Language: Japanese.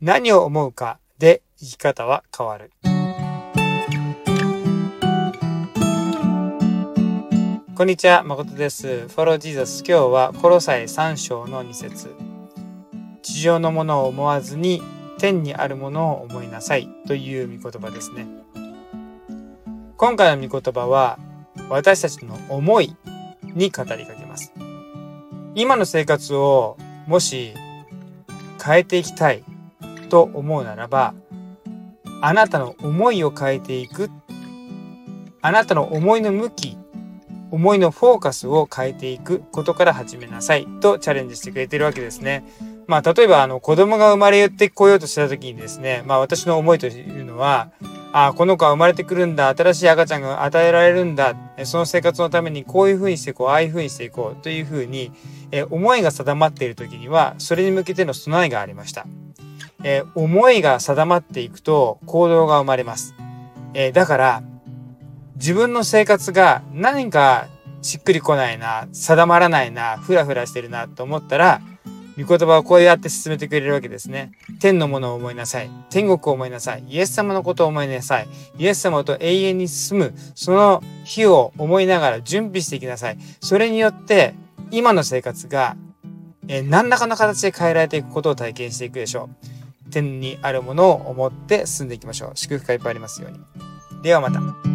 何を思うかで生き方は変わる。こんにちは、誠です。Follow Jesus。今日はコロサイ3章の2節。地上のものを思わずに天にあるものを思いなさいという御言葉ですね。今回の御言葉は私たちの思いに語りかけます。今の生活をもし変えていきたいと思うならば、あなたの思いを変えていく、あなたの思いの向き、思いのフォーカスを変えていくことから始めなさいとチャレンジしてくれているわけですね。例えば子供が生まれてこようとした時にですね、私の思いというのは、この子は生まれてくるんだ、新しい赤ちゃんが与えられるんだ、その生活のためにこういうふうにしていこう、ああいうふうにしていこうというふうに、思いが定まっている時にはそれに向けての備えがありました。思いが定まっていくと行動が生まれます。だから自分の生活が何かしっくりこないな、定まらないな、フラフラしてるなと思ったら、御言葉をこうやって進めてくれるわけですね。天のものを思いなさい。天国を思いなさい。イエス様のことを思いなさい。イエス様と永遠に住む、その日を思いながら準備していきなさい。それによって今の生活が何らかの形で変えられていくことを体験していくでしょう。天にあるものを思って進んでいきましょう。祝福がいっぱいありますように。ではまた。